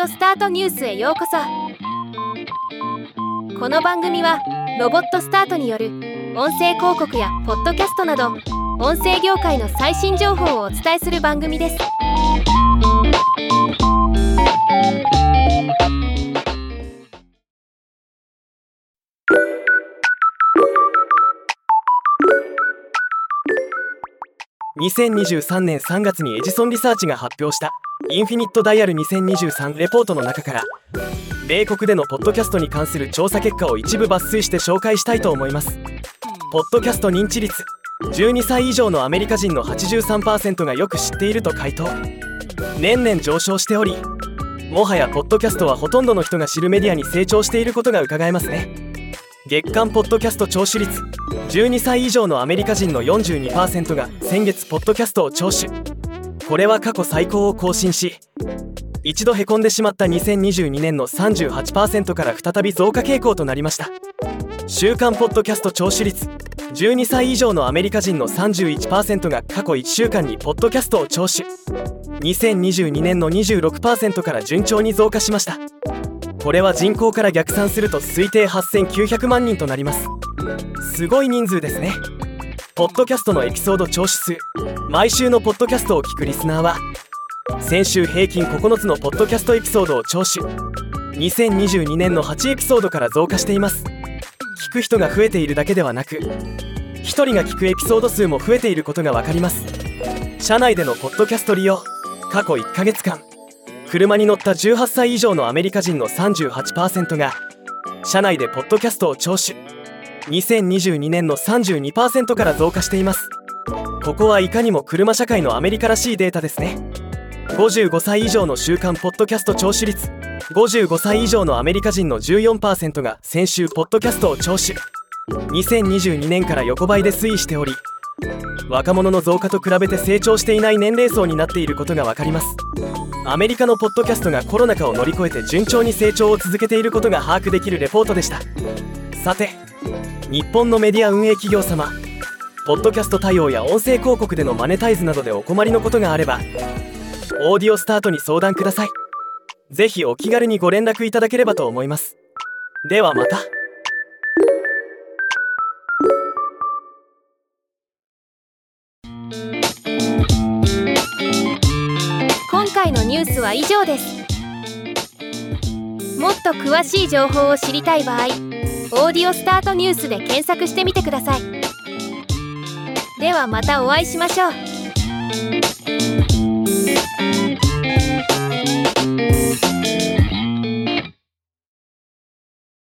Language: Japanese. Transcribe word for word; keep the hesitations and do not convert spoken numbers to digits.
オスタートニュースへようこそ。この番組はロボットスタートによる音声広告やポッドキャストなど音声業界の最新情報をお伝えする番組です。 にせんにじゅうさんねんさんがつにエジソンリサーチが発表したインフィニットダイヤルにせんにじゅうさんレポートの中から米国でのポッドキャストに関する調査結果を一部抜粋して紹介したいと思います。ポッドキャスト認知率、じゅうにさい以上のアメリカ人の はちじゅうさんパーセント がよく知っていると回答。年々上昇しており、もはやポッドキャストはほとんどの人が知るメディアに成長していることが伺えますね。月間ポッドキャスト聴取率、じゅうにさい以上のアメリカ人の よんじゅうにパーセント が先月ポッドキャストを聴取。これは過去最高を更新し、一度へこんでしまったにせんにじゅうにねんの さんじゅうはちパーセント から再び増加傾向となりました。週間ポッドキャスト聴取率、じゅうにさい以上のアメリカ人の さんじゅういちパーセント が過去いっしゅうかんにポッドキャストを聴取。にせんにじゅうにねんの にじゅうろくパーセント から順調に増加しました。これは人口から逆算すると推定はっせんきゅうひゃくまんにんとなります。すごい人数ですね。ポッドキャストのエピソード聴取数、毎週のポッドキャストを聞くリスナーは先週平均ここのつのポッドキャストエピソードを聴取。にせんにじゅうにねんのはちエピソードから増加しています。聞く人が増えているだけではなく、ひとりが聞くエピソード数も増えていることが分かります。社内でのポッドキャスト利用、過去いっかげつかん、車に乗ったじゅうはっさい以上のアメリカ人の さんじゅうはちパーセント が社内でポッドキャストを聴取。にせんにじゅうにねんの さんじゅうにパーセント から増加しています。ここはいかにも車社会のアメリカらしいデータですね。ごじゅうごさい以上の週間ポッドキャスト聴取率、ごじゅうごさい以上のアメリカ人の じゅうよんパーセント が先週ポッドキャストを聴取。にせんにじゅうにねんから横ばいで推移しており、若者の増加と比べて成長していない年齢層になっていることが分かります。アメリカのポッドキャストがコロナ禍を乗り越えて順調に成長を続けていることが把握できるレポートでした。さて、日本のメディア運営企業様、ポッドキャスト対応や音声広告でのマネタイズなどでお困りのことがあれば、オーディオスタートに相談ください。ぜひお気軽にご連絡いただければと思います。ではまた。 今回のニュースは以上です。もっと詳しい情報を知りたい場合、オーディオスタートニュースで検索してみてください。ではまたお会いしましょう。